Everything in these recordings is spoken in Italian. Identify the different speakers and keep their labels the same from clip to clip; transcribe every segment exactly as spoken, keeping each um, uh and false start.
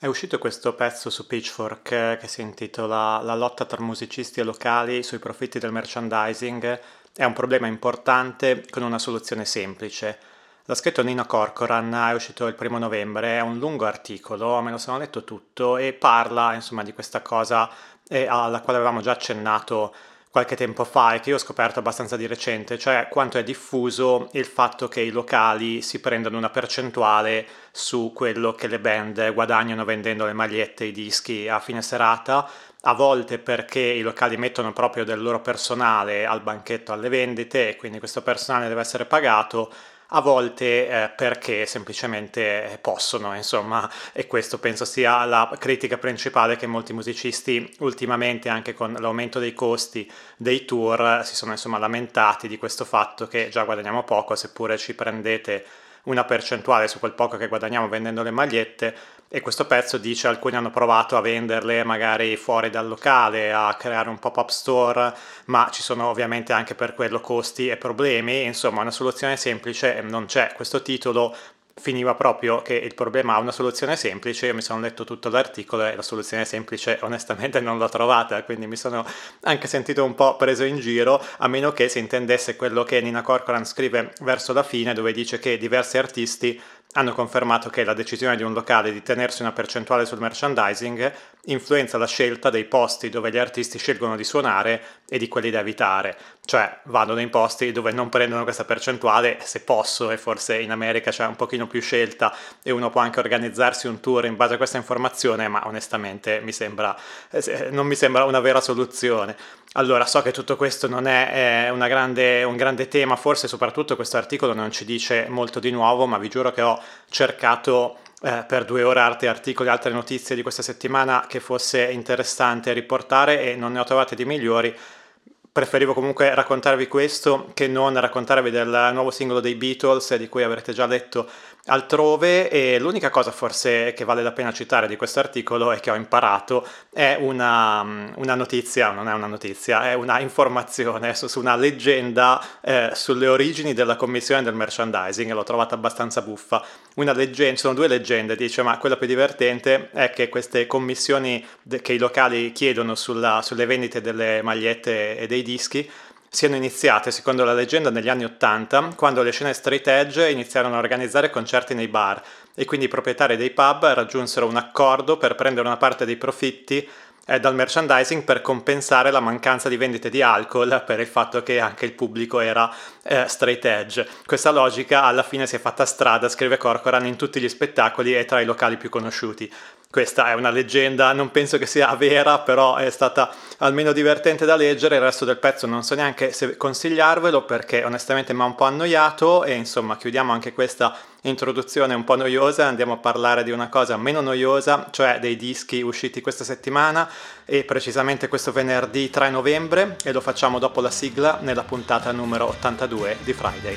Speaker 1: È uscito questo pezzo su Pitchfork eh, che si intitola La lotta tra musicisti e locali sui profitti del merchandising è un problema importante con una soluzione semplice. L'ha scritto Nina Corcoran, è uscito il primo novembre, è un lungo articolo, me lo sono letto tutto e parla insomma di questa cosa eh, alla quale avevamo già accennato qualche tempo fa e che io ho scoperto abbastanza di recente, cioè quanto è diffuso il fatto che i locali si prendano una percentuale su quello che le band guadagnano vendendo le magliette e i dischi a fine serata, a volte perché i locali mettono proprio del loro personale al banchetto alle vendite e quindi questo personale deve essere pagato, a volte eh, perché semplicemente possono, insomma, e questo penso sia la critica principale che molti musicisti ultimamente, anche con l'aumento dei costi dei tour, si sono insomma lamentati di questo fatto che già guadagniamo poco, seppure ci prendete una percentuale su quel poco che guadagniamo vendendo le magliette. E questo pezzo dice alcuni hanno provato a venderle magari fuori dal locale, a creare un pop-up store, ma ci sono ovviamente anche per quello costi e problemi. Insomma, una soluzione semplice non c'è. Questo titolo finiva proprio che il problema ha una soluzione semplice. Io mi sono letto tutto l'articolo e la soluzione semplice onestamente non l'ho trovata, quindi mi sono anche sentito un po' preso in giro, a meno che si intendesse quello che Nina Corcoran scrive verso la fine, dove dice che diversi artisti hanno confermato che la decisione di un locale di tenersi una percentuale sul merchandising influenza la scelta dei posti dove gli artisti scelgono di suonare e di quelli da evitare. Cioè vanno in posti dove non prendono questa percentuale se posso, e forse in America c'è un pochino più scelta e uno può anche organizzarsi un tour in base a questa informazione, ma onestamente mi sembra, eh, non mi sembra una vera soluzione. Allora, so che tutto questo non è eh, una grande, un grande tema, forse soprattutto questo articolo non ci dice molto di nuovo, ma vi giuro che ho cercato eh, per due ore altri articoli, altre notizie di questa settimana che fosse interessante riportare e non ne ho trovate di migliori. Preferivo comunque raccontarvi questo che non raccontarvi del nuovo singolo dei Beatles di cui avrete già letto altrove, e l'unica cosa forse che vale la pena citare di questo articolo e che ho imparato è una, una notizia, non è una notizia, è una informazione su, su una leggenda eh, sulle origini della commissione del merchandising, e l'ho trovata abbastanza buffa. Una leggenda, ci sono due leggende, dice, ma quella più divertente è che queste commissioni de- che i locali chiedono sulla, sulle vendite delle magliette e dei dischi siano iniziate, secondo la leggenda, negli anni ottanta, quando le scene straight edge iniziarono a organizzare concerti nei bar e quindi i proprietari dei pub raggiunsero un accordo per prendere una parte dei profitti eh, dal merchandising per compensare la mancanza di vendite di alcol per il fatto che anche il pubblico era eh, straight edge. Questa logica alla fine si è fatta strada, scrive Corcoran, in tutti gli spettacoli e tra i locali più conosciuti. Questa è una leggenda, non penso che sia vera, però è stata almeno divertente da leggere. Il resto del pezzo non so neanche se consigliarvelo perché onestamente mi ha un po' annoiato, e insomma chiudiamo anche questa introduzione un po' noiosa, andiamo a parlare di una cosa meno noiosa, cioè dei dischi usciti questa settimana e precisamente questo venerdì tre novembre, e lo facciamo dopo la sigla nella puntata numero ottantadue di Friday.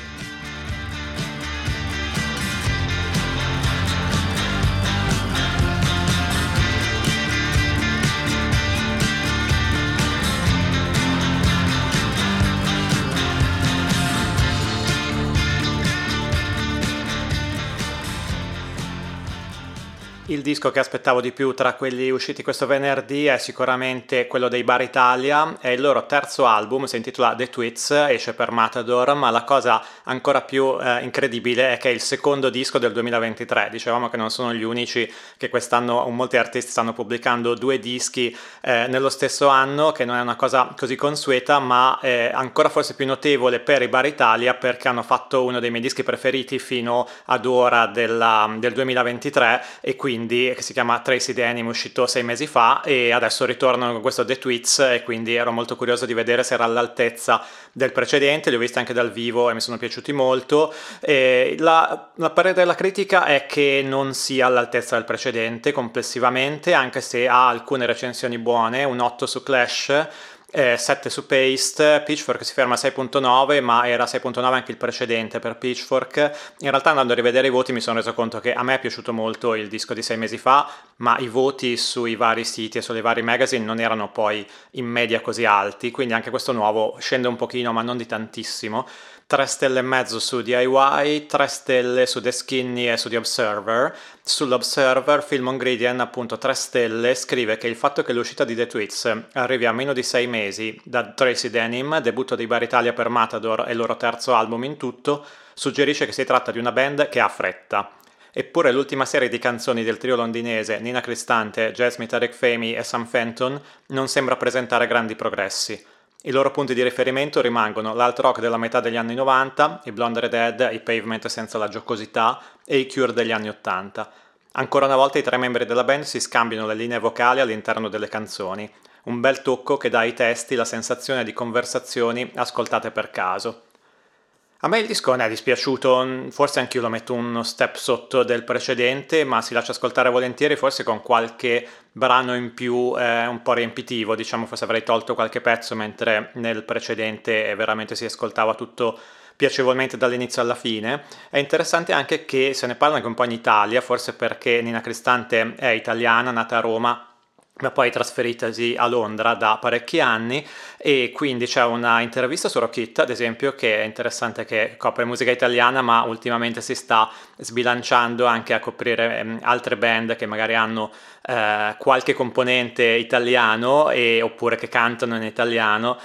Speaker 1: Il disco che aspettavo di più tra quelli usciti questo venerdì è sicuramente quello dei Bar Italia, è il loro terzo album, si intitola The Tweets, esce per Matador, ma la cosa ancora più eh, incredibile è che è il secondo disco del duemilaventitré. Dicevamo che non sono gli unici, che quest'anno molti artisti stanno pubblicando due dischi eh, nello stesso anno, che non è una cosa così consueta, ma è ancora forse più notevole per i Bar Italia perché hanno fatto uno dei miei dischi preferiti fino ad ora della, del duemilaventitré, e quindi che si chiama Tracy Denim, uscito sei mesi fa, e adesso ritornano con questo The Tweets, e quindi ero molto curioso di vedere se era all'altezza del precedente. Li ho visti anche dal vivo e mi sono piaciuti molto. E la, la parere della critica è che non sia all'altezza del precedente complessivamente, anche se ha alcune recensioni buone, un otto su Clash, Eh, sette su Paste. Pitchfork si ferma a sei virgola nove, ma era sei virgola nove anche il precedente per Pitchfork. In realtà, andando a rivedere i voti, mi sono reso conto che a me è piaciuto molto il disco di sei mesi fa, ma i voti sui vari siti e sulle varie magazine non erano poi in media così alti, quindi anche questo nuovo scende un pochino, ma non di tantissimo. tre stelle e mezzo su D I Y, tre stelle su The Skinny e su The Observer. Sull'Observer, Film on Gradient, appunto tre stelle, scrive che il fatto che l'uscita di The Tweets arrivi a meno di sei mesi da Tracy Denim, debutto dei Bar Italia per Matador e il loro terzo album in tutto, suggerisce che si tratta di una band che ha fretta. Eppure l'ultima serie di canzoni del trio londinese Nina Cristante, Jasmine Tarek Fahmy e Sam Fenton non sembra presentare grandi progressi. I loro punti di riferimento rimangono l'alt rock della metà degli anni novanta, i Blonde Redhead, i Pavement senza la giocosità e i Cure degli anni ottanta. Ancora una volta i tre membri della band si scambiano le linee vocali all'interno delle canzoni, un bel tocco che dà ai testi la sensazione di conversazioni ascoltate per caso. A me il disco non è dispiaciuto, forse anch'io lo metto uno step sotto del precedente, ma si lascia ascoltare volentieri, forse con qualche brano in più eh, un po' riempitivo, diciamo, forse avrei tolto qualche pezzo, mentre nel precedente veramente si ascoltava tutto piacevolmente dall'inizio alla fine. È interessante anche che se ne parla anche un po' in Italia, forse perché Nina Cristante è italiana, nata a Roma, ma poi trasferitasi a Londra da parecchi anni, e quindi c'è una intervista su Rock It, ad esempio, che è interessante, che copre musica italiana ma ultimamente si sta sbilanciando anche a coprire ehm, altre band che magari hanno eh, qualche componente italiano e, oppure che cantano in italiano,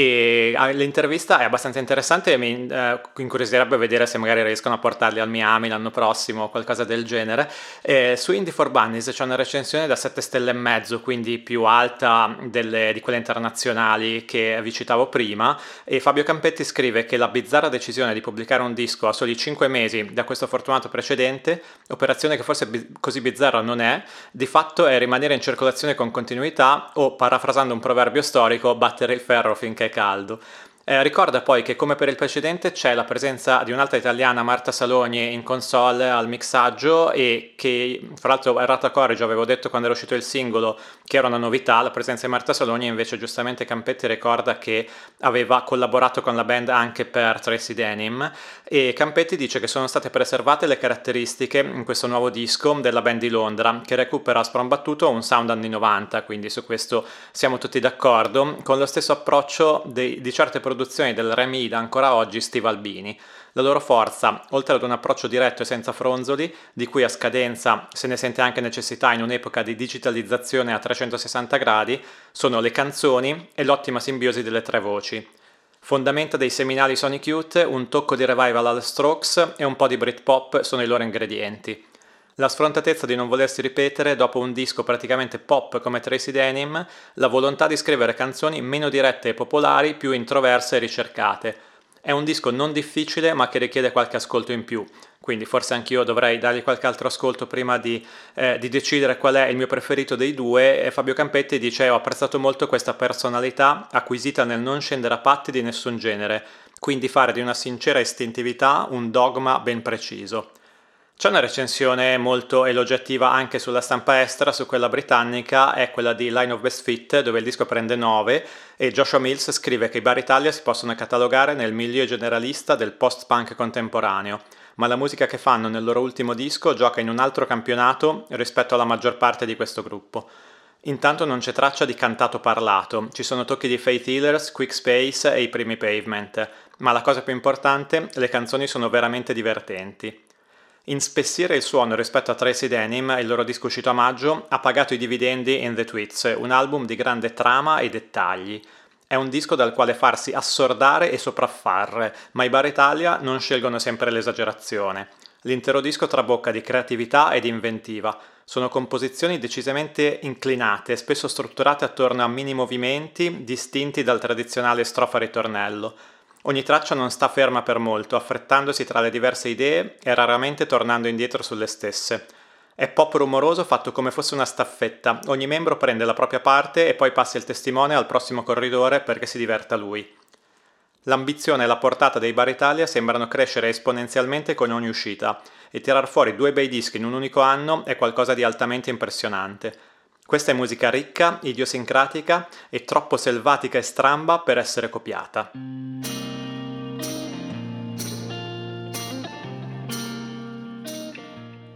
Speaker 1: e eh, l'intervista è abbastanza interessante e mi eh, incuriosirebbe vedere se magari riescono a portarli al Miami l'anno prossimo o qualcosa del genere. Eh, su Indie for Bunnies c'è una recensione da sette stelle e mezzo, quindi più alta delle, di quelle internazionali che vi citavo prima, e Fabio Campetti scrive che la bizzarra decisione di pubblicare un disco a soli cinque mesi da questo fortunato precedente, operazione che forse bi- così bizzarra non è, di fatto è rimanere in circolazione con continuità o, parafrasando un proverbio storico, battere il ferro finché è caldo. Eh, ricorda poi che, come per il precedente, c'è la presenza di un'altra italiana, Marta Salogni, in console al mixaggio, e che, fra l'altro, errata corrige, avevo detto quando era uscito il singolo che era una novità la presenza di Marta Salogni, invece giustamente Campetti ricorda che aveva collaborato con la band anche per Tracy Denim, e Campetti dice che sono state preservate le caratteristiche in questo nuovo disco della band di Londra, che recupera a sprombattuto un sound anni novanta, quindi su questo siamo tutti d'accordo, con lo stesso approccio dei, di certe produzioni del re Mida ancora oggi Steve Albini. La loro forza, oltre ad un approccio diretto e senza fronzoli, di cui a scadenza se ne sente anche necessità in un'epoca di digitalizzazione a trecentosessanta gradi, sono le canzoni e l'ottima simbiosi delle tre voci. Fondamenta dei seminali Sonic Youth, un tocco di revival alle Strokes e un po' di Britpop sono i loro ingredienti. La sfrontatezza di non volersi ripetere dopo un disco praticamente pop come Tracy Denim, la volontà di scrivere canzoni meno dirette e popolari, più introverse e ricercate. È un disco non difficile ma che richiede qualche ascolto in più, quindi forse anch'io dovrei dargli qualche altro ascolto prima di, eh, di decidere qual è il mio preferito dei due. E Fabio Campetti dice: ho apprezzato molto questa personalità acquisita nel non scendere a patti di nessun genere, quindi fare di una sincera istintività un dogma ben preciso. C'è una recensione molto elogiativa anche sulla stampa estera, su quella britannica, è quella di Line of Best Fit, dove il disco prende nove, e Joshua Mills scrive che i Bar Italia si possono catalogare nel milieu generalista del post-punk contemporaneo, ma la musica che fanno nel loro ultimo disco gioca in un altro campionato rispetto alla maggior parte di questo gruppo. Intanto non c'è traccia di cantato parlato, ci sono tocchi di Faith Healers, Quick Space e i primi Pavement, ma la cosa più importante, le canzoni sono veramente divertenti. Inspessire il suono rispetto a Tracy Denim, il loro disco uscito a maggio, ha pagato i dividendi in The Tweets, un album di grande trama e dettagli. È un disco dal quale farsi assordare e sopraffare, ma i Bar Italia non scelgono sempre l'esagerazione. L'intero disco trabocca di creatività ed inventiva. Sono composizioni decisamente inclinate, spesso strutturate attorno a mini movimenti distinti dal tradizionale strofa-ritornello. Ogni traccia non sta ferma per molto, affrettandosi tra le diverse idee e raramente tornando indietro sulle stesse. È pop rumoroso fatto come fosse una staffetta, ogni membro prende la propria parte e poi passa il testimone al prossimo corridore perché si diverta lui. L'ambizione e la portata dei Bar Italia sembrano crescere esponenzialmente con ogni uscita, e tirar fuori due bei dischi in un unico anno è qualcosa di altamente impressionante. Questa è musica ricca, idiosincratica e troppo selvatica e stramba per essere copiata.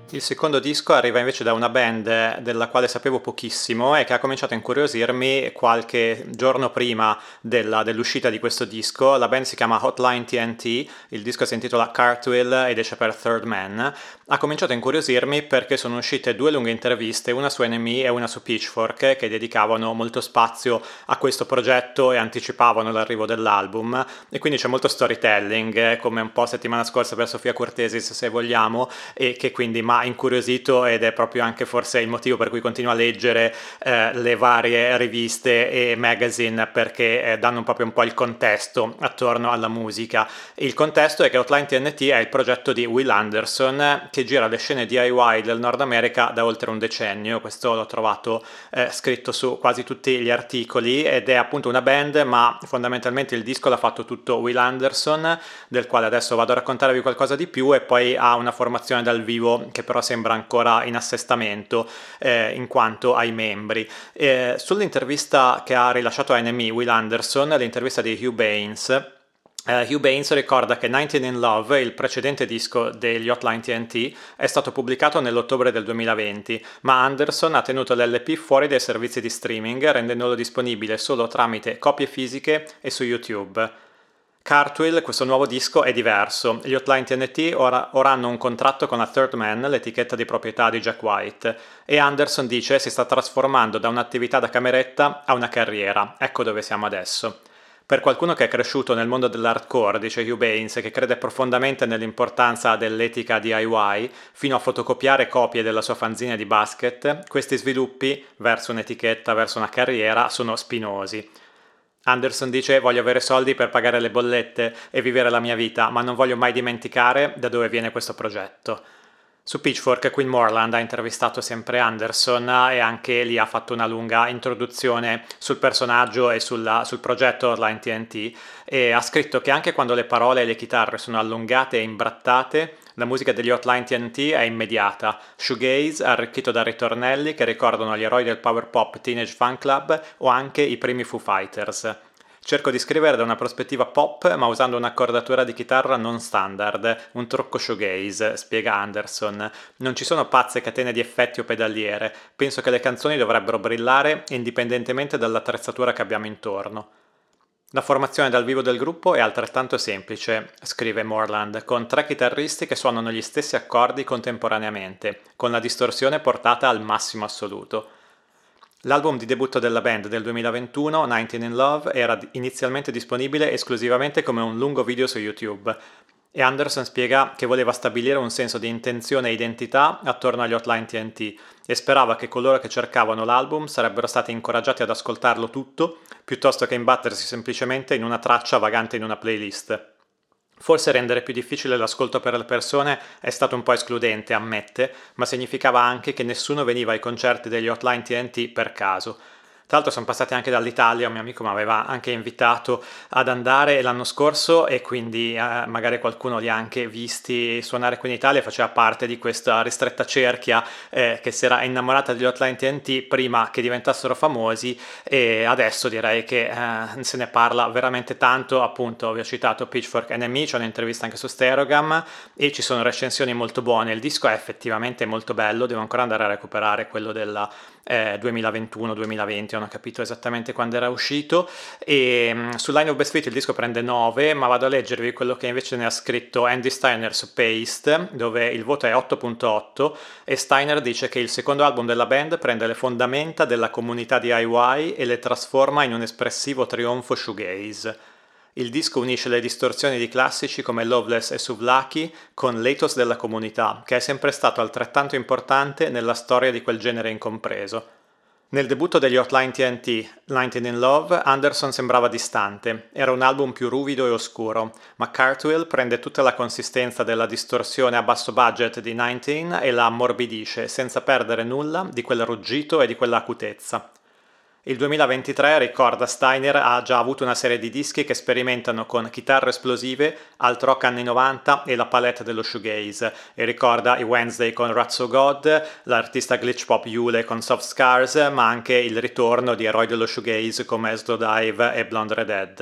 Speaker 1: Il secondo disco arriva invece da una band della quale sapevo pochissimo e che ha cominciato a incuriosirmi qualche giorno prima della- dell'uscita di questo disco. La band si chiama Hotline T N T, il disco si intitola Cartwheel ed esce per Third Man. Ha cominciato a incuriosirmi perché sono uscite due lunghe interviste, una su N M E e una su Pitchfork, che dedicavano molto spazio a questo progetto e anticipavano l'arrivo dell'album, e quindi c'è molto storytelling, eh, come un po' settimana scorsa per Sofia Cortesis, se vogliamo, e che quindi mi ha incuriosito ed è proprio anche forse il motivo per cui continuo a leggere eh, le varie riviste e magazine, perché eh, danno proprio un po' il contesto attorno alla musica. Il contesto è che Hotline T N T è il progetto di Will Anderson, che gira le scene D I Y del Nord America da oltre un decennio. Questo l'ho trovato eh, scritto su quasi tutti gli articoli, ed è appunto una band, ma fondamentalmente il disco l'ha fatto tutto Will Anderson, del quale adesso vado a raccontarvi qualcosa di più, e poi ha una formazione dal vivo che però sembra ancora in assestamento eh, in quanto ai membri. Eh, sull'intervista che ha rilasciato a N M E Will Anderson, l'intervista di Hugh Baines, Uh, Hugh Baines ricorda che nineteen in Love, il precedente disco degli Hotline T N T, è stato pubblicato nell'ottobre del duemilaventi, ma Anderson ha tenuto l'L P fuori dai servizi di streaming, rendendolo disponibile solo tramite copie fisiche e su YouTube. Cartwheel, questo nuovo disco, è diverso. Gli Hotline T N T ora, ora hanno un contratto con la Third Man, l'etichetta di proprietà di Jack White, e Anderson dice si sta trasformando da un'attività da cameretta a una carriera. Ecco dove siamo adesso. Per qualcuno che è cresciuto nel mondo dell'hardcore, dice Hugh Baines, e che crede profondamente nell'importanza dell'etica D I Y, fino a fotocopiare copie della sua fanzine di basket, questi sviluppi verso un'etichetta, verso una carriera, sono spinosi. Anderson dice: voglio avere soldi per pagare le bollette e vivere la mia vita, ma non voglio mai dimenticare da dove viene questo progetto. Su Pitchfork, Quinn Morland ha intervistato sempre Anderson e anche lì ha fatto una lunga introduzione sul personaggio e sulla, sul progetto Hotline T N T, e ha scritto che anche quando le parole e le chitarre sono allungate e imbrattate, la musica degli Hotline T N T è immediata, shoegaze arricchito da ritornelli che ricordano gli eroi del power pop Teenage Fan Club o anche i primi Foo Fighters. Cerco di scrivere da una prospettiva pop, ma usando un'accordatura di chitarra non standard, un trucco shoegaze, spiega Anderson. Non ci sono pazze catene di effetti o pedaliere, penso che le canzoni dovrebbero brillare indipendentemente dall'attrezzatura che abbiamo intorno. La formazione dal vivo del gruppo è altrettanto semplice, scrive Morland, con tre chitarristi che suonano gli stessi accordi contemporaneamente, con la distorsione portata al massimo assoluto. L'album di debutto della band del duemilaventuno, nineteen in Love, era inizialmente disponibile esclusivamente come un lungo video su YouTube, e Anderson spiega che voleva stabilire un senso di intenzione e identità attorno agli Hotline T N T e sperava che coloro che cercavano l'album sarebbero stati incoraggiati ad ascoltarlo tutto piuttosto che imbattersi semplicemente in una traccia vagante in una playlist. Forse rendere più difficile l'ascolto per le persone è stato un po' escludente, ammette, ma significava anche che nessuno veniva ai concerti degli Hotline T N T per caso. Tra l'altro sono passati anche dall'Italia, un mio amico mi aveva anche invitato ad andare l'anno scorso, e quindi eh, magari qualcuno li ha anche visti suonare qui in Italia, faceva parte di questa ristretta cerchia eh, che si era innamorata degli Hotline T N T prima che diventassero famosi, e adesso direi che eh, se ne parla veramente tanto. Appunto vi ho citato Pitchfork N M E, c'è un'intervista anche su Stereogam e ci sono recensioni molto buone. Il disco è effettivamente molto bello, devo ancora andare a recuperare quello della eh, duemilaventuno duemilaventi, non ho capito esattamente quando era uscito, e mh, su Line of Best Fit il disco prende nove, ma vado a leggervi quello che invece ne ha scritto Andy Steiner su Paste, dove il voto è otto virgola otto, e Steiner dice che il secondo album della band prende le fondamenta della comunità D I Y e le trasforma in un espressivo trionfo shoegaze. Il disco unisce le distorsioni di classici come Loveless e Souvlaki con l'ethos della comunità, che è sempre stato altrettanto importante nella storia di quel genere incompreso. Nel debutto degli Hotline T N T, nineteen in Love, Anderson sembrava distante, era un album più ruvido e oscuro, ma Cartwheel prende tutta la consistenza della distorsione a basso budget di nineteen e la ammorbidisce senza perdere nulla di quel ruggito e di quella acutezza. Il duemilaventitré, ricorda Steiner, ha già avuto una serie di dischi che sperimentano con chitarre esplosive, alt rock anni novanta e la palette dello shoegaze, e ricorda i Wednesday con Ratso God, l'artista glitch pop Yule con Soft Scars, ma anche il ritorno di eroi dello shoegaze come Slowdive e Blonde Redhead.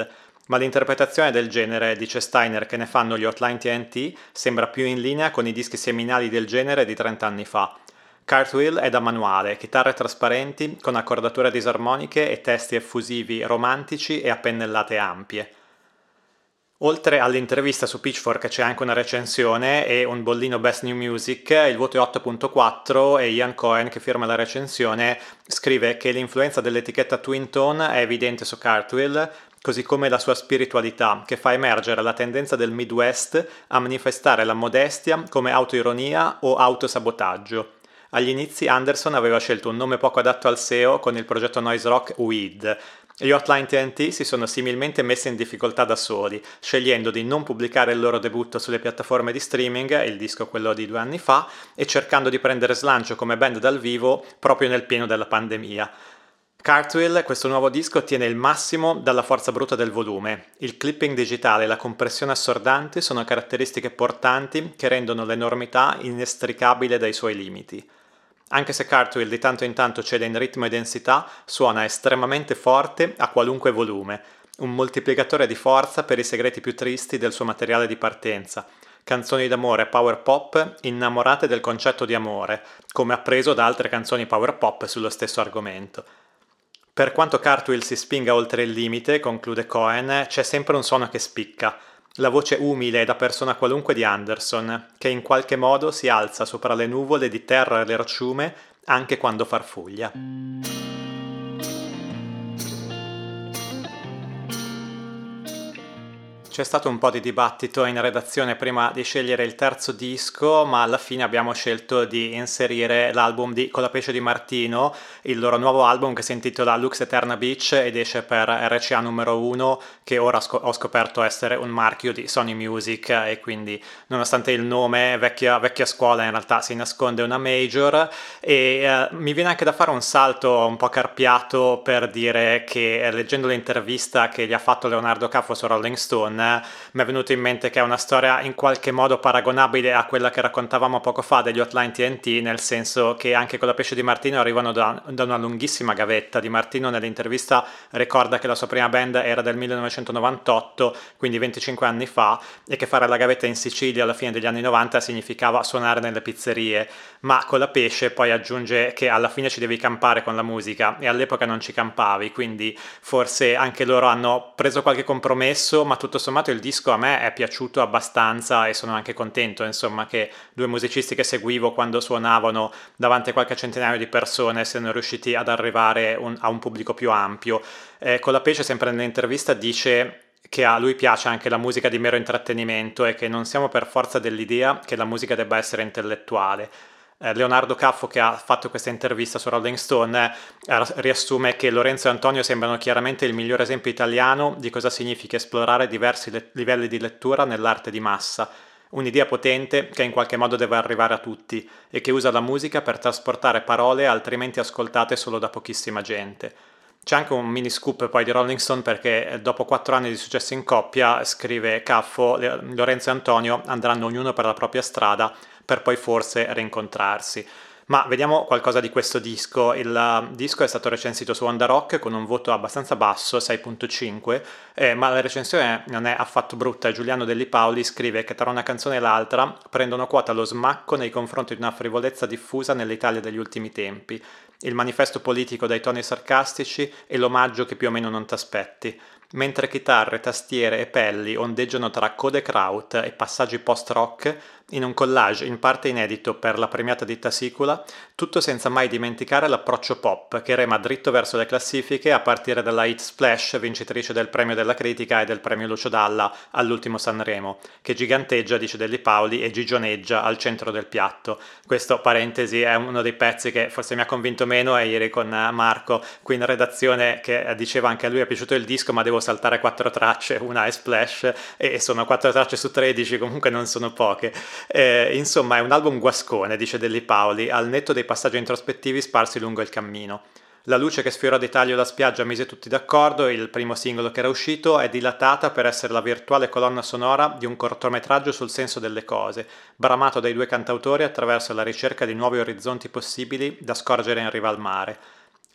Speaker 1: Ma l'interpretazione del genere, dice Steiner, che ne fanno gli Hotline T N T, sembra più in linea con i dischi seminali del genere di trenta anni fa. Cartwheel è da manuale, chitarre trasparenti, con accordature disarmoniche e testi effusivi romantici e a pennellate ampie. Oltre all'intervista su Pitchfork c'è anche una recensione e un bollino Best New Music, il voto è otto virgola quattro e Ian Cohen, che firma la recensione, scrive che l'influenza dell'etichetta Twin Tone è evidente su Cartwheel, così come la sua spiritualità, che fa emergere la tendenza del Midwest a manifestare la modestia come autoironia o autosabotaggio. Agli inizi Anderson aveva scelto un nome poco adatto al S E O con il progetto noise rock Weed. Gli Hotline T N T si sono similmente messi in difficoltà da soli, scegliendo di non pubblicare il loro debutto sulle piattaforme di streaming, il disco quello di due anni fa, e cercando di prendere slancio come band dal vivo proprio nel pieno della pandemia. Cartwheel, questo nuovo disco, ottiene il massimo dalla forza bruta del volume. Il clipping digitale e la compressione assordante sono caratteristiche portanti che rendono l'enormità inestricabile dai suoi limiti. Anche se Cartwheel di tanto in tanto cede in ritmo e densità, suona estremamente forte a qualunque volume, un moltiplicatore di forza per i segreti più tristi del suo materiale di partenza. Canzoni d'amore power pop innamorate del concetto di amore, come appreso da altre canzoni power pop sullo stesso argomento. Per quanto Cartwheel si spinga oltre il limite, conclude Cohen, c'è sempre un suono che spicca. La voce umile e da persona qualunque di Anderson, che in qualche modo si alza sopra le nuvole di terra e lerciume anche quando farfuglia. C'è stato un po' di dibattito in redazione prima di scegliere il terzo disco, ma alla fine abbiamo scelto di inserire l'album di Colapesce di Martino, il loro nuovo album che si intitola Lux Eterna Beach ed esce per R C A numero uno, che ora sc- ho scoperto essere un marchio di Sony Music e quindi nonostante il nome vecchia, vecchia scuola in realtà si nasconde una major e eh, mi viene anche da fare un salto un po' carpiato per dire che eh, leggendo l'intervista che gli ha fatto Leonardo Caffo su Rolling Stone mi è venuto in mente che è una storia in qualche modo paragonabile a quella che raccontavamo poco fa degli Hotline T N T, nel senso che anche Colapesce di Martino arrivano da, da una lunghissima gavetta. Di Martino nell'intervista ricorda che la sua prima band era del millenovecentonovantotto, quindi venticinque anni fa, e che fare la gavetta in Sicilia alla fine degli anni novanta significava suonare nelle pizzerie, ma Colapesce poi aggiunge che alla fine ci devi campare con la musica e all'epoca non ci campavi, quindi forse anche loro hanno preso qualche compromesso, ma tutto sommato il disco a me è piaciuto abbastanza e sono anche contento, insomma, che due musicisti che seguivo quando suonavano davanti a qualche centinaio di persone siano riusciti ad arrivare un, a un pubblico più ampio. Eh, Colapesce, sempre nell'intervista, dice che a lui piace anche la musica di mero intrattenimento e che non siamo per forza dell'idea che la musica debba essere intellettuale. Eh, Leonardo Caffo, che ha fatto questa intervista su Rolling Stone, eh, riassume che Lorenzo e Antonio sembrano chiaramente il migliore esempio italiano di cosa significa esplorare diversi le- livelli di lettura nell'arte di massa, un'idea potente che in qualche modo deve arrivare a tutti e che usa la musica per trasportare parole altrimenti ascoltate solo da pochissima gente. C'è anche un mini scoop poi di Rolling Stone perché dopo quattro anni di successo in coppia, scrive Caffo, Lorenzo e Antonio andranno ognuno per la propria strada per poi forse rincontrarsi. Ma vediamo qualcosa di questo disco. Il disco è stato recensito su Onda Rock con un voto abbastanza basso, sei virgola cinque, eh, ma la recensione non è affatto brutta. Giuliano Delli Paoli scrive che tra una canzone e l'altra prendono quota lo smacco nei confronti di una frivolezza diffusa nell'Italia degli ultimi tempi, il manifesto politico dai toni sarcastici e l'omaggio che più o meno non t'aspetti. Mentre chitarre, tastiere e pelli ondeggiano tra codec Kraut e passaggi post-rock, in un collage in parte inedito per la premiata ditta Sicula, tutto senza mai dimenticare l'approccio pop che rema dritto verso le classifiche a partire dalla hit Splash, vincitrice del premio della critica e del premio Lucio Dalla all'ultimo Sanremo, che giganteggia, dice Delli Paoli, e gigioneggia al centro del piatto. Questo, parentesi, è uno dei pezzi che forse mi ha convinto meno, e ieri con Marco qui in redazione che diceva anche a lui è piaciuto il disco ma devo saltare quattro tracce, una è Splash e sono quattro tracce su tredici, comunque non sono poche. Eh, insomma è un album guascone, dice Delli Paoli, al netto dei passaggi introspettivi sparsi lungo il cammino. La luce che sfiora di taglio la spiaggia mise tutti d'accordo, il primo singolo che era uscito, è dilatata per essere la virtuale colonna sonora di un cortometraggio sul senso delle cose, bramato dai due cantautori attraverso la ricerca di nuovi orizzonti possibili da scorgere in riva al mare.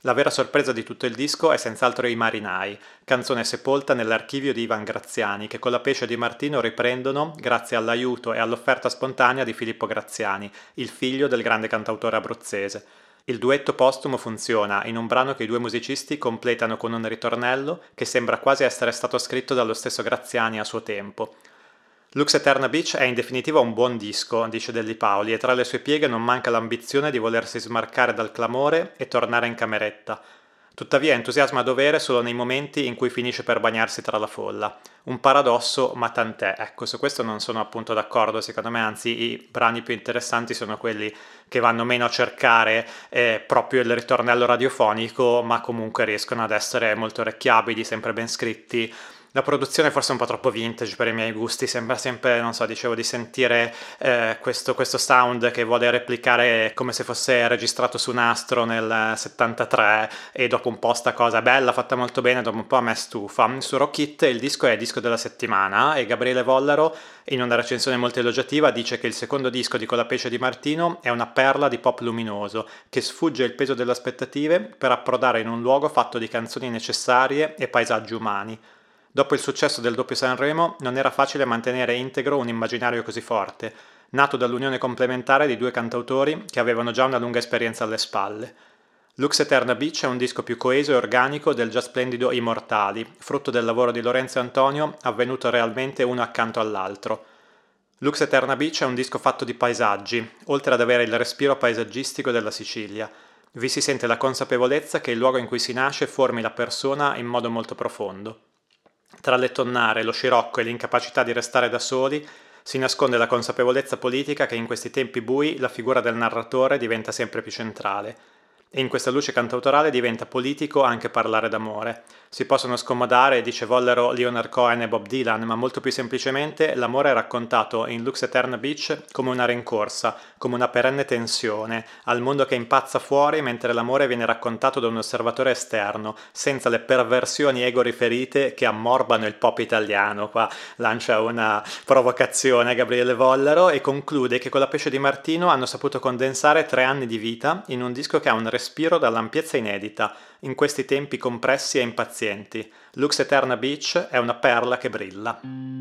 Speaker 1: La vera sorpresa di tutto il disco è senz'altro I Marinai, canzone sepolta nell'archivio di Ivan Graziani, che con la Pesce di Martino riprendono grazie all'aiuto e all'offerta spontanea di Filippo Graziani, il figlio del grande cantautore abruzzese. Il duetto postumo funziona in un brano che i due musicisti completano con un ritornello che sembra quasi essere stato scritto dallo stesso Graziani a suo tempo. Lux Eterna Beach è in definitiva un buon disco, dice Delli Paoli, e tra le sue pieghe non manca l'ambizione di volersi smarcare dal clamore e tornare in cameretta. Tuttavia entusiasma a dovere solo nei momenti in cui finisce per bagnarsi tra la folla. Un paradosso, ma tant'è. Ecco, su questo non sono appunto d'accordo, secondo me, anzi i brani più interessanti sono quelli che vanno meno a cercare eh, proprio il ritornello radiofonico, ma comunque riescono ad essere molto orecchiabili, sempre ben scritti. La produzione forse è un po' troppo vintage per i miei gusti, sembra sempre, non so, dicevo di sentire eh, questo, questo sound che vuole replicare come se fosse registrato su nastro nel settantatré e dopo un po' sta cosa è bella, fatta molto bene, dopo un po' a me stufa. Su Rock It il disco è disco della settimana e Gabriele Vollaro in una recensione molto elogiativa dice che il secondo disco di Colapesce di Martino è una perla di pop luminoso che sfugge il peso delle aspettative per approdare in un luogo fatto di canzoni necessarie e paesaggi umani. Dopo il successo del doppio Sanremo non era facile mantenere integro un immaginario così forte, nato dall'unione complementare di due cantautori che avevano già una lunga esperienza alle spalle. Lux Eterna Beach è un disco più coeso e organico del già splendido Immortali, frutto del lavoro di Lorenzo e Antonio avvenuto realmente uno accanto all'altro. Lux Eterna Beach è un disco fatto di paesaggi, oltre ad avere il respiro paesaggistico della Sicilia. Vi si sente la consapevolezza che il luogo in cui si nasce formi la persona in modo molto profondo. Tra le tonnare, lo scirocco e l'incapacità di restare da soli si nasconde la consapevolezza politica che in questi tempi bui la figura del narratore diventa sempre più centrale. E in questa luce cantautorale diventa politico anche parlare d'amore. Si possono scomodare, dice Vollero, Leonard Cohen e Bob Dylan, ma molto più semplicemente l'amore è raccontato in Lux Eterna Beach come una rincorsa, come una perenne tensione, al mondo che impazza fuori mentre l'amore viene raccontato da un osservatore esterno, senza le perversioni ego-riferite che ammorbano il pop italiano. Qua lancia una provocazione Gabriele Vollero e conclude che con la Pesce di Martino hanno saputo condensare tre anni di vita in un disco che ha un respiro dall'ampiezza inedita, in questi tempi compressi e impazienti. Lux Eterna Beach è una perla che brilla.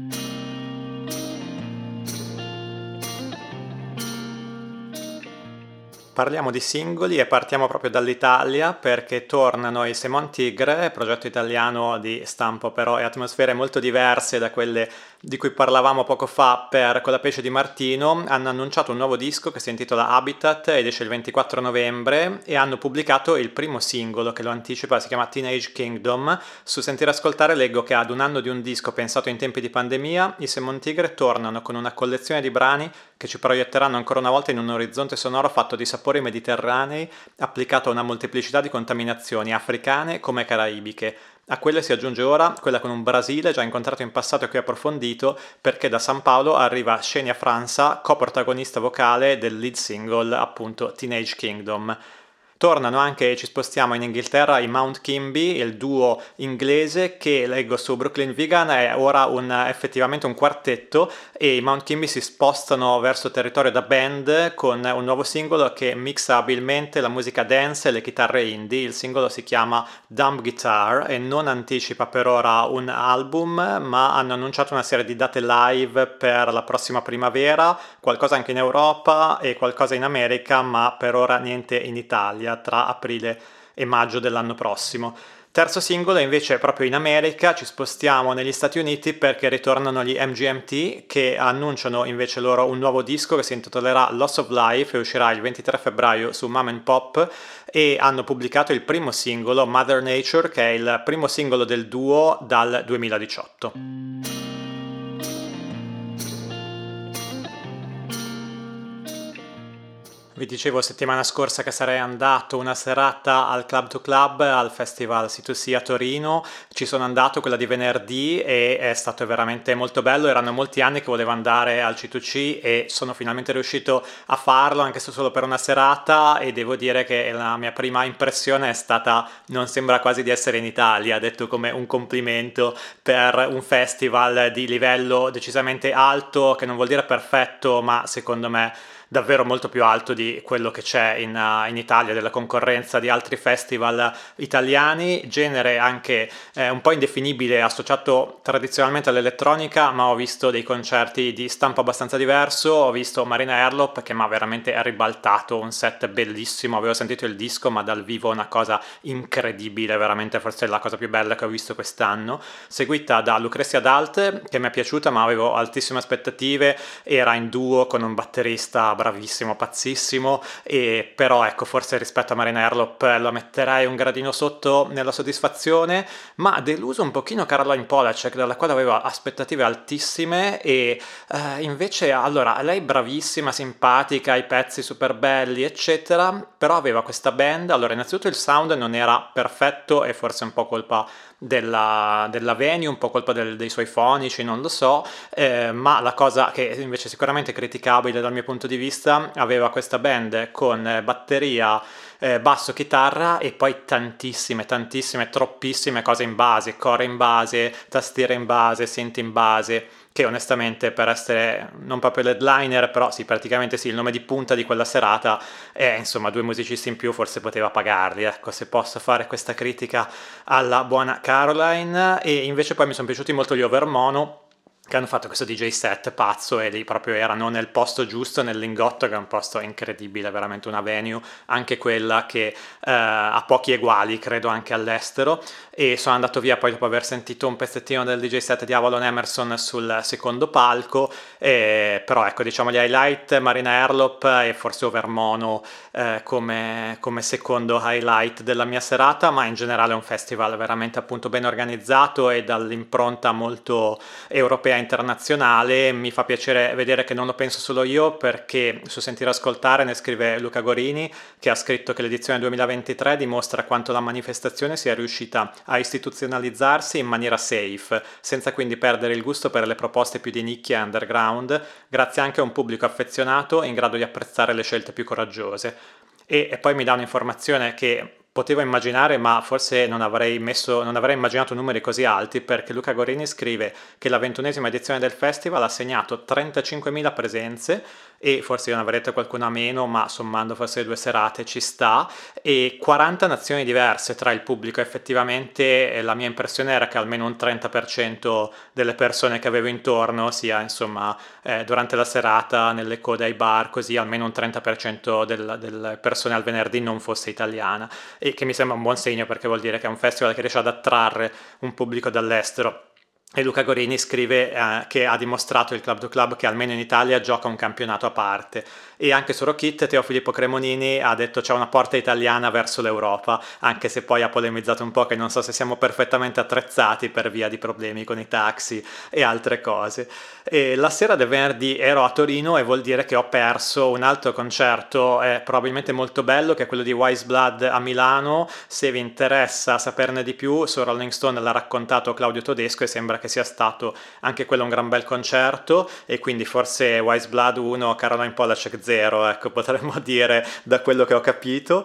Speaker 1: Parliamo di singoli e partiamo proprio dall'Italia perché tornano i Simon Tigre, progetto italiano di stampo però e atmosfere molto diverse da quelle di cui parlavamo poco fa per Colapesce di Martino. Hanno annunciato un nuovo disco che si intitola Habitat ed esce il ventiquattro novembre e hanno pubblicato il primo singolo che lo anticipa, si chiama Teenage Kingdom. Su Sentire Ascoltare leggo che ad un anno di un disco pensato in tempi di pandemia, i Simon Tigre tornano con una collezione di brani che ci proietteranno ancora una volta in un orizzonte sonoro fatto di sapori mediterranei applicato a una molteplicità di contaminazioni africane come caraibiche. A quelle si aggiunge ora quella con un Brasile già incontrato in passato e qui approfondito perché da San Paolo arriva Xenia Franza, coprotagonista vocale del lead single appunto Teenage Kingdom. Tornano anche, ci spostiamo in Inghilterra, i Mount Kimby, il duo inglese che leggo su Brooklyn Vegan è ora un, effettivamente un quartetto e i Mount Kimby si spostano verso territorio da band con un nuovo singolo che mixa abilmente la musica dance e le chitarre indie. Il singolo si chiama Dumb Guitar e non anticipa per ora un album, ma hanno annunciato una serie di date live per la prossima primavera, qualcosa anche in Europa e qualcosa in America, ma per ora niente in Italia tra aprile e maggio dell'anno prossimo. Terzo singolo invece proprio in America, ci spostiamo negli Stati Uniti perché ritornano gli M G M T che annunciano invece loro un nuovo disco che si intitolerà Loss of Life e uscirà il ventitré febbraio su Mum and Pop e hanno pubblicato il primo singolo Mother Nature che è il primo singolo del duo dal duemiladiciotto. Vi dicevo settimana scorsa che sarei andato una serata al Club to Club al Festival C due C a Torino, ci sono andato quella di venerdì e è stato veramente molto bello, erano molti anni che volevo andare al C due C e sono finalmente riuscito a farlo anche se solo per una serata e devo dire che la mia prima impressione è stata non sembra quasi di essere in Italia, detto come un complimento per un festival di livello decisamente alto che non vuol dire perfetto ma secondo me davvero molto più alto di quello che c'è in, uh, in Italia, della concorrenza di altri festival italiani, genere anche eh, un po' indefinibile, associato tradizionalmente all'elettronica, ma ho visto dei concerti di stampo abbastanza diverso. Ho visto Marina Herlop che mi ha veramente ribaltato, un set bellissimo, avevo sentito il disco ma dal vivo una cosa incredibile, veramente forse la cosa più bella che ho visto quest'anno, seguita da Lucrezia Dalt che mi è piaciuta ma avevo altissime aspettative, era in duo con un batterista bravissimo, pazzissimo, e però ecco forse rispetto a Marina Herlop lo metterei un gradino sotto nella soddisfazione, ma ha deluso un pochino Caroline Polachek dalla quale avevo aspettative altissime e eh, invece allora lei bravissima, simpatica, i pezzi super belli eccetera, però aveva questa band, allora innanzitutto il sound non era perfetto e forse un po' colpa della, della venue, un po' colpa del, dei suoi fonici, non lo so, eh, ma la cosa che invece sicuramente criticabile dal mio punto di vista, aveva questa band con eh, batteria, eh, basso, chitarra e poi tantissime, tantissime, troppissime cose in base, core in base, tastiere in base, synth in base, che onestamente per essere non proprio l'headliner, però sì, praticamente sì, il nome di punta di quella serata, e insomma due musicisti in più forse poteva pagarli, ecco, se posso fare questa critica alla buona Caroline. E invece poi mi sono piaciuti molto gli Overmono, che hanno fatto questo D J set pazzo e lì proprio erano nel posto giusto, nel Lingotto, che è un posto incredibile, veramente una venue, anche quella che eh, ha pochi eguali, credo anche all'estero, e sono andato via poi dopo aver sentito un pezzettino del D J set di Avalon Emerson sul secondo palco, e, però ecco diciamo gli highlight Marina Herlop e forse Overmono eh, come, come secondo highlight della mia serata, ma in generale è un festival veramente appunto ben organizzato e dall'impronta molto europea internazionale. Mi fa piacere vedere che non lo penso solo io, perché su Sentire Ascoltare ne scrive Luca Gorini, che ha scritto che l'edizione duemilaventitré dimostra quanto la manifestazione sia riuscita a istituzionalizzarsi in maniera safe, senza quindi perdere il gusto per le proposte più di nicchia e underground, grazie anche a un pubblico affezionato in grado di apprezzare le scelte più coraggiose. E, e poi mi dà un'informazione che potevo immaginare, ma forse non avrei messo, non avrei immaginato numeri così alti, perché Luca Gorini scrive che la ventunesima edizione del festival ha segnato trentacinquemila presenze, e forse io ne avrei detto qualcuna meno, ma sommando forse due serate ci sta, e quaranta nazioni diverse tra il pubblico. Effettivamente la mia impressione era che almeno un trenta per cento delle persone che avevo intorno, sia insomma eh, durante la serata, nelle code ai bar, così almeno un trenta per cento del, del persone al venerdì non fosse italiana, e che mi sembra un buon segno, perché vuol dire che è un festival che riesce ad attrarre un pubblico dall'estero. E Luca Gorini scrive eh, che ha dimostrato il Club to Club che almeno in Italia gioca un campionato a parte. E anche su Rock It Teo Filippo Cremonini ha detto c'è una porta italiana verso l'Europa, anche se poi ha polemizzato un po' che non so se siamo perfettamente attrezzati per via di problemi con i taxi e altre cose. E la sera del venerdì ero a Torino e vuol dire che ho perso un altro concerto eh, probabilmente molto bello, che è quello di Wise Blood a Milano. Se vi interessa saperne di più, su Rolling Stone l'ha raccontato Claudio Todesco e sembra che sia stato anche quello un gran bel concerto, e quindi forse Wise Blood uno, Caroline Polachek zero, ecco, potremmo dire, da quello che ho capito.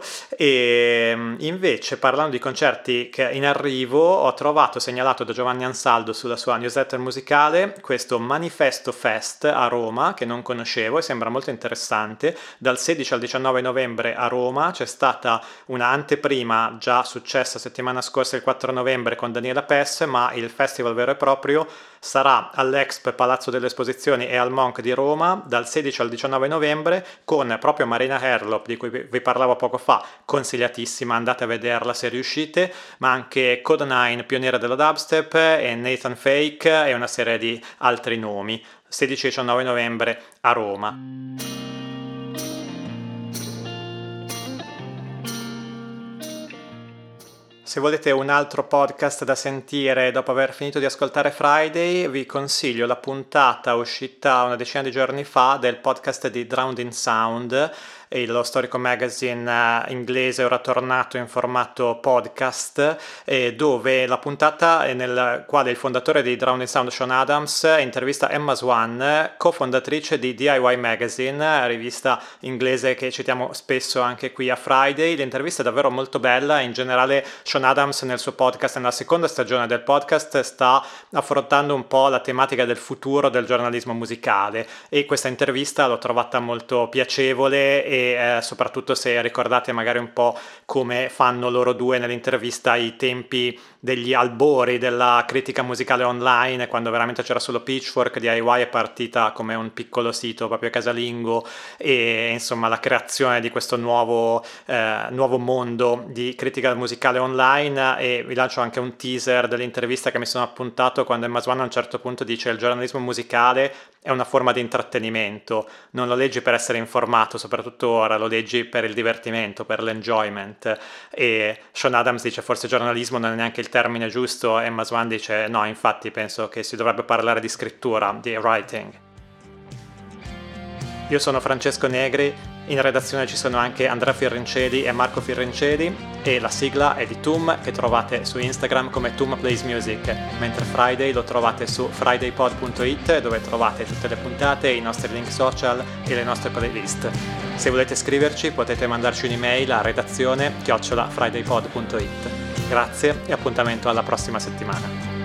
Speaker 1: E invece parlando di concerti che in arrivo, ho trovato segnalato da Giovanni Ansaldo sulla sua newsletter musicale questo Manifesto Fest a Roma, che non conoscevo e sembra molto interessante. Dal sedici al diciannove novembre a Roma c'è stata una anteprima già successa settimana scorsa il quattro novembre con Daniela Pes, ma il festival vero e proprio sarà all'Exp Palazzo delle Esposizioni e al Monk di Roma dal sedici al diciannove novembre, con proprio Marina Herlop, di cui vi parlavo poco fa, consigliatissima, andate a vederla se riuscite, ma anche Code nine, pioniera della dubstep, e Nathan Fake e una serie di altri nomi, sedici e diciannove novembre a Roma. Se volete un altro podcast da sentire dopo aver finito di ascoltare Friday, vi consiglio la puntata uscita una decina di giorni fa del podcast di Drowned in Sound, e lo storico magazine eh, inglese ora tornato in formato podcast, eh, dove la puntata è nel quale il fondatore di Drowning Sound, Sean Adams, intervista Emma Swan, cofondatrice di D I Y Magazine, rivista inglese che citiamo spesso anche qui a Friday. L'intervista è davvero molto bella. In generale Sean Adams nel suo podcast, nella seconda stagione del podcast, sta affrontando un po' la tematica del futuro del giornalismo musicale, e questa intervista l'ho trovata molto piacevole, e eh, soprattutto se ricordate magari un po' come fanno loro due nell'intervista ai tempi degli albori della critica musicale online, quando veramente c'era solo Pitchfork, D I Y è partita come un piccolo sito proprio casalingo, e insomma la creazione di questo nuovo, eh, nuovo mondo di critica musicale online. E vi lancio anche un teaser dell'intervista che mi sono appuntato, quando Emma Swan a un certo punto dice: il giornalismo musicale è una forma di intrattenimento, non lo leggi per essere informato, soprattutto ora, lo leggi per il divertimento, per l'enjoyment. E Sean Adams dice forse giornalismo non è neanche il termine giusto, Emma Swan dice no, infatti penso che si dovrebbe parlare di scrittura, di writing. Io sono Francesco Negri, in redazione ci sono anche Andrea Firrinceli e Marco Firrinceli, e la sigla è di Toom, che trovate su Instagram come Toom Plays Music, mentre Friday lo trovate su friday pod punto it, dove trovate tutte le puntate, i nostri link social e le nostre playlist. Se volete scriverci potete mandarci un'email a redazione chiocciola friday pod punto it. Grazie e appuntamento alla prossima settimana.